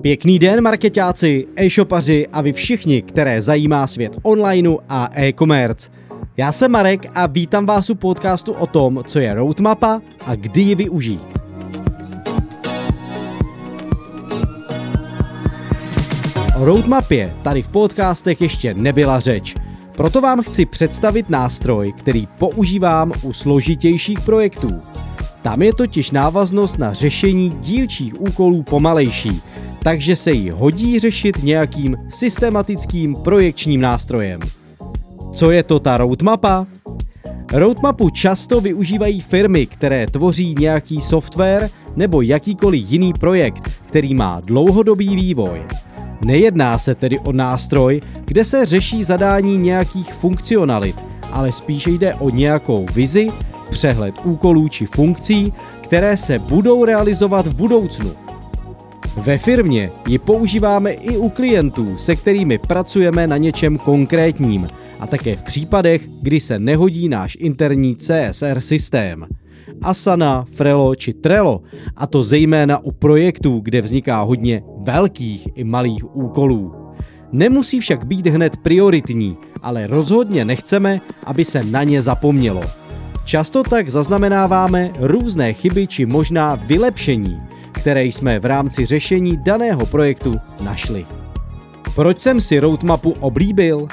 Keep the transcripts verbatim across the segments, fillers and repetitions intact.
Pěkný den, markeťáci, e-shopaři a vy všichni, které zajímá svět onlineu a e-commerce. Já jsem Marek a vítám vás u podcastu o tom, co je roadmapa a kdy ji využít. O roadmapě tady v podcastech ještě nebyla řeč, proto vám chci představit nástroj, který používám u složitějších projektů. Tam je totiž návaznost na řešení dílčích úkolů pomalejší, takže se jí hodí řešit nějakým systematickým projekčním nástrojem. Co je to ta roadmapa? Roadmapu často využívají firmy, které tvoří nějaký software nebo jakýkoliv jiný projekt, který má dlouhodobý vývoj. Nejedná se tedy o nástroj, kde se řeší zadání nějakých funkcionalit, ale spíše jde o nějakou vizi, přehled úkolů či funkcí, které se budou realizovat v budoucnu. Ve firmě ji používáme i u klientů, se kterými pracujeme na něčem konkrétním, a také v případech, kdy se nehodí náš interní C S R systém. Asana, Frelo či Trello, a to zejména u projektů, kde vzniká hodně velkých i malých úkolů. Nemusí však být hned prioritní, ale rozhodně nechceme, aby se na ně zapomnělo. Často tak zaznamenáváme různé chyby či možná vylepšení, které jsme v rámci řešení daného projektu našli. Proč jsem si roadmapu oblíbil?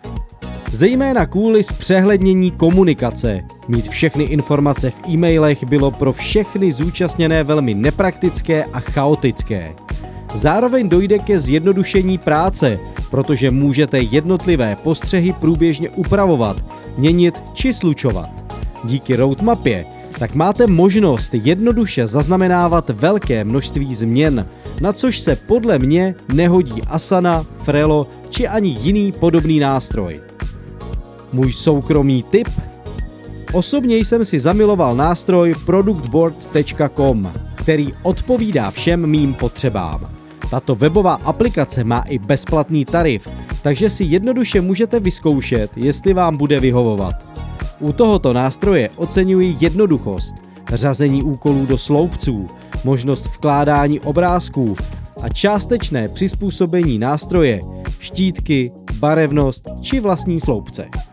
Zejména kvůli zpřehlednění komunikace. Mít všechny informace v e-mailech bylo pro všechny zúčastněné velmi nepraktické a chaotické. Zároveň dojde ke zjednodušení práce, protože můžete jednotlivé postřehy průběžně upravovat, měnit či slučovat. Díky roadmapě tak máte možnost jednoduše zaznamenávat velké množství změn, na což se podle mě nehodí Asana, Frelo či ani jiný podobný nástroj. Můj soukromý tip? Osobně jsem si zamiloval nástroj productboard tečka com, který odpovídá všem mým potřebám. Tato webová aplikace má i bezplatný tarif, takže si jednoduše můžete vyzkoušet, jestli vám bude vyhovovat. U tohoto nástroje oceňuji jednoduchost, řazení úkolů do sloupců, možnost vkládání obrázků a částečné přizpůsobení nástroje, štítky, barevnost či vlastní sloupce.